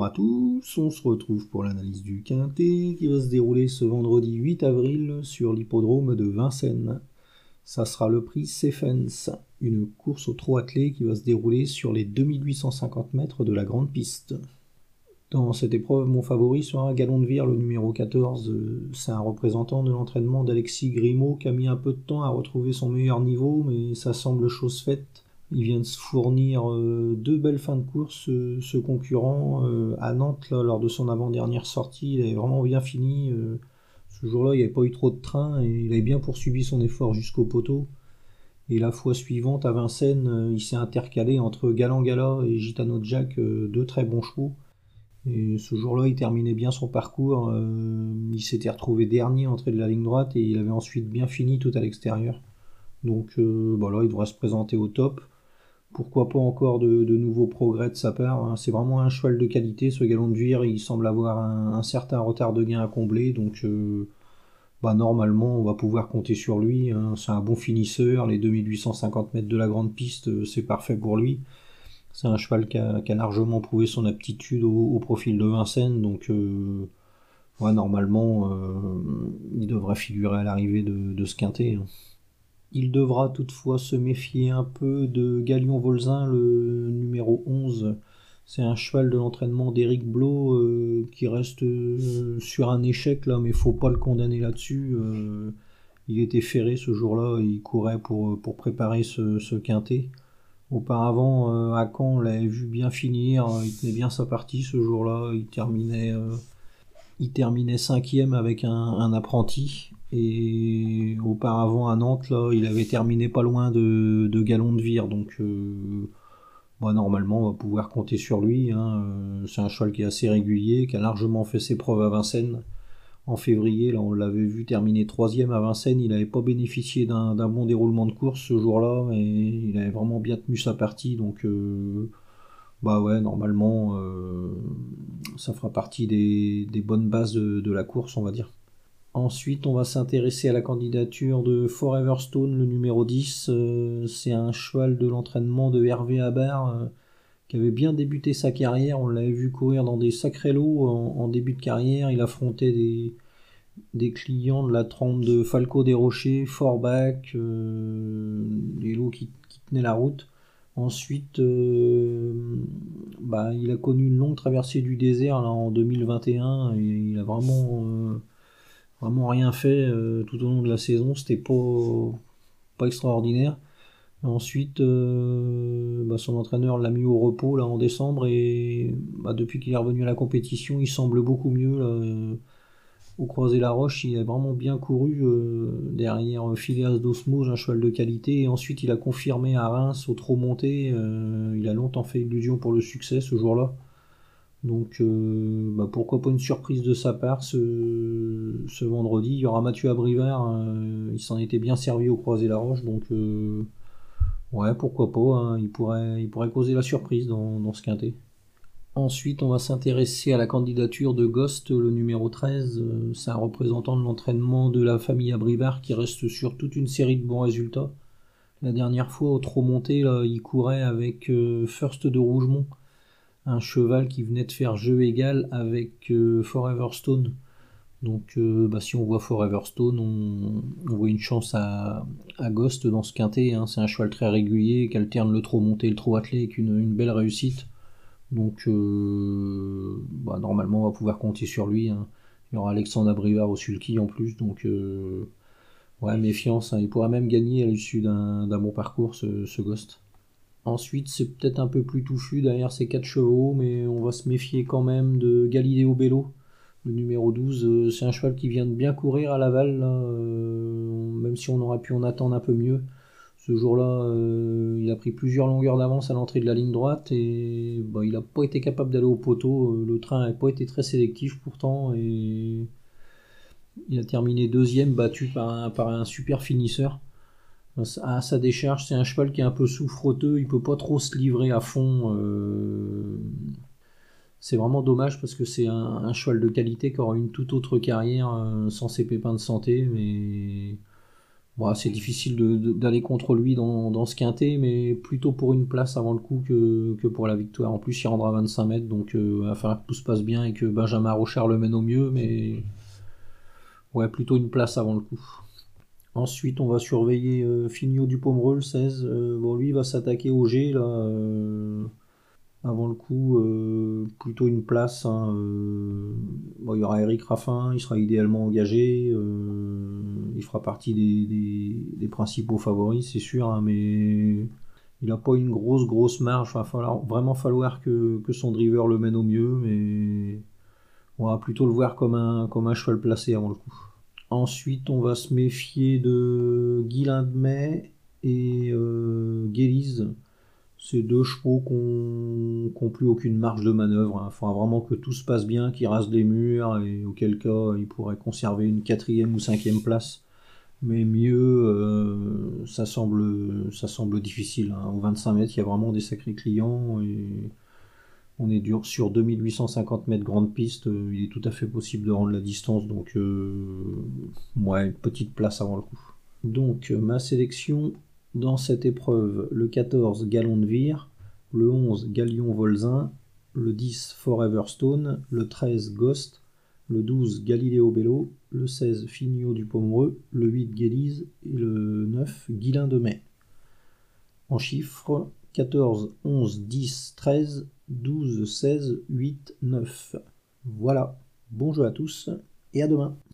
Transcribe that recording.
à tous, on se retrouve pour l'analyse du Quintet qui va se dérouler ce vendredi 8 avril sur l'hippodrome de Vincennes. Ça sera le prix Cefens, une course au trot attelé qui va se dérouler sur les 2850 mètres de la grande piste. Dans cette épreuve, mon favori sera Galon de Vire, le numéro 14. C'est un représentant de l'entraînement d'Alexis Grimaud qui a mis un peu de temps à retrouver son meilleur niveau, mais ça semble chose faite. Il vient de se fournir deux belles fins de course, ce concurrent. À Nantes, là, lors de son avant-dernière sortie, il avait vraiment bien fini. Ce jour-là, il n'y avait pas eu trop de train et il avait bien poursuivi son effort jusqu'au poteau. Et la fois suivante, à Vincennes, il s'est intercalé entre Galant Gala et Gitano Jack, deux très bons chevaux. Et ce jour-là, il terminait bien son parcours. Il s'était retrouvé dernier entrée de la ligne droite et il avait ensuite bien fini tout à l'extérieur. Donc là, il devrait se présenter au top. Pourquoi pas encore de nouveaux progrès de sa part, hein. C'est vraiment un cheval de qualité, ce Galon de Vire. Il semble avoir un certain retard de gain à combler, donc normalement on va pouvoir compter sur lui, hein. C'est un bon finisseur, les 2850 mètres de la grande piste, c'est parfait pour lui. C'est un cheval qui a largement prouvé son aptitude au profil de Vincennes, donc normalement il devrait figurer à l'arrivée de ce quintet, hein. Il devra toutefois se méfier un peu de Galion Volzin, le numéro 11. C'est un cheval de l'entraînement d'Éric Blot qui reste sur un échec là, mais faut pas le condamner là-dessus. Il était ferré ce jour-là, il courait pour préparer ce quintet. Auparavant, à Caen, on l'avait vu bien finir, il tenait bien sa partie ce jour-là, il terminait cinquième avec un apprenti. Et auparavant à Nantes, là, il avait terminé pas loin de Galon de Vire. Donc normalement, on va pouvoir compter sur lui, hein. C'est un cheval qui est assez régulier, qui a largement fait ses preuves à Vincennes. En février, là, on l'avait vu terminer troisième à Vincennes. Il n'avait pas bénéficié d'un bon déroulement de course ce jour-là, mais il avait vraiment bien tenu sa partie. Donc normalement, ça fera partie des bonnes bases de la course, on va dire. Ensuite, on va s'intéresser à la candidature de Forever Stone, le numéro 10. C'est un cheval de l'entraînement de Hervé Habert qui avait bien débuté sa carrière. On l'avait vu courir dans des sacrés lots en début de carrière. Il affrontait des clients de la trempe de Falco des Rochers, Forbach, des lots qui tenaient la route. Ensuite, il a connu une longue traversée du désert là, en 2021 et il a vraiment rien fait tout au long de la saison. C'était pas extraordinaire. Ensuite, son entraîneur l'a mis au repos là en décembre et depuis qu'il est revenu à la compétition, il semble beaucoup mieux là. Au Croisé-la-Roche, il a vraiment bien couru derrière Phileas d'Osmose, un cheval de qualité. Et ensuite, il a confirmé à Reims au trot monté. Il a longtemps fait illusion pour le succès ce jour-là. Donc pourquoi pas une surprise de sa part ce vendredi. Il y aura Mathieu Abrivard, il s'en était bien servi au Croisé-la-Roche. Donc pourquoi pas, hein. Il pourrait causer la surprise dans ce quintet. Ensuite, on va s'intéresser à la candidature de Ghost, le numéro 13. C'est un représentant de l'entraînement de la famille Abrivard qui reste sur toute une série de bons résultats. La dernière fois, au trot monté, là, il courait avec First de Rougemont, un cheval qui venait de faire jeu égal avec Forever Stone. Donc, si on voit Forever Stone, on voit une chance à Ghost dans ce quintet, hein. C'est un cheval très régulier qui alterne le trot monté et le trot attelé avec une belle réussite. Donc normalement on va pouvoir compter sur lui, hein. Il y aura Alexandre Abrivard au sulky en plus, donc méfiance, hein. Il pourra même gagner à l'issue d'un bon parcours ce Ghost. Ensuite c'est peut-être un peu plus touffu derrière ces 4 chevaux, mais on va se méfier quand même de Galileo Bello, le numéro 12. C'est un cheval qui vient de bien courir à Laval là, même si on aurait pu en attendre un peu mieux. Ce jour-là, il a pris plusieurs longueurs d'avance à l'entrée de la ligne droite et il n'a pas été capable d'aller au poteau. Le train n'a pas été très sélectif pourtant et il a terminé deuxième, battu par un super finisseur. À sa décharge, c'est un cheval qui est un peu souffreteux, il peut pas trop se livrer à fond. C'est vraiment dommage parce que c'est un cheval de qualité qui aura une toute autre carrière sans ses pépins de santé, mais Bon, c'est difficile d'aller contre lui dans ce quintet, mais plutôt pour une place avant le coup que pour la victoire. En plus, il rendra 25 mètres, donc il va falloir que tout se passe bien et que Benjamin Rochard le mène au mieux, mais ouais, plutôt une place avant le coup. Ensuite, on va surveiller Fignot du Pomereux, le 16. Bon, lui, il va s'attaquer au G, là. Avant le coup, plutôt une place, hein. Bon, il y aura Eric Raffin, il sera idéalement engagé. Il fera partie des principaux favoris, c'est sûr, hein, mais il n'a pas une grosse marge. Il va vraiment falloir que son driver le mène au mieux, mais on va plutôt le voir comme un cheval placé avant le coup. Ensuite, on va se méfier de Guillain de Mai et Guélise. C'est deux chevaux qui n'ont plus aucune marge de manœuvre. Il faudra vraiment que tout se passe bien, qu'ils rasent les murs, et auquel cas ils pourraient conserver une 4e ou 5e place. Mais mieux, ça semble difficile, hein. Au 25 mètres, il y a vraiment des sacrés clients. Et on est sur 2850 mètres grande piste. Il est tout à fait possible de rendre la distance. Donc, ouais, une petite place avant le coup. Donc, ma sélection dans cette épreuve: le 14 Galon de Vire, le 11 Galion Volzin, le 10 Forever Stone, le 13 Ghost, le 12 Galileo Bello, le 16 Fignot du Pomereux, le 8 Guélise et le 9 Guillain de Mai. En chiffres: 14, 11, 10, 13, 12, 16, 8, 9. Voilà, bon jeu à tous et à demain.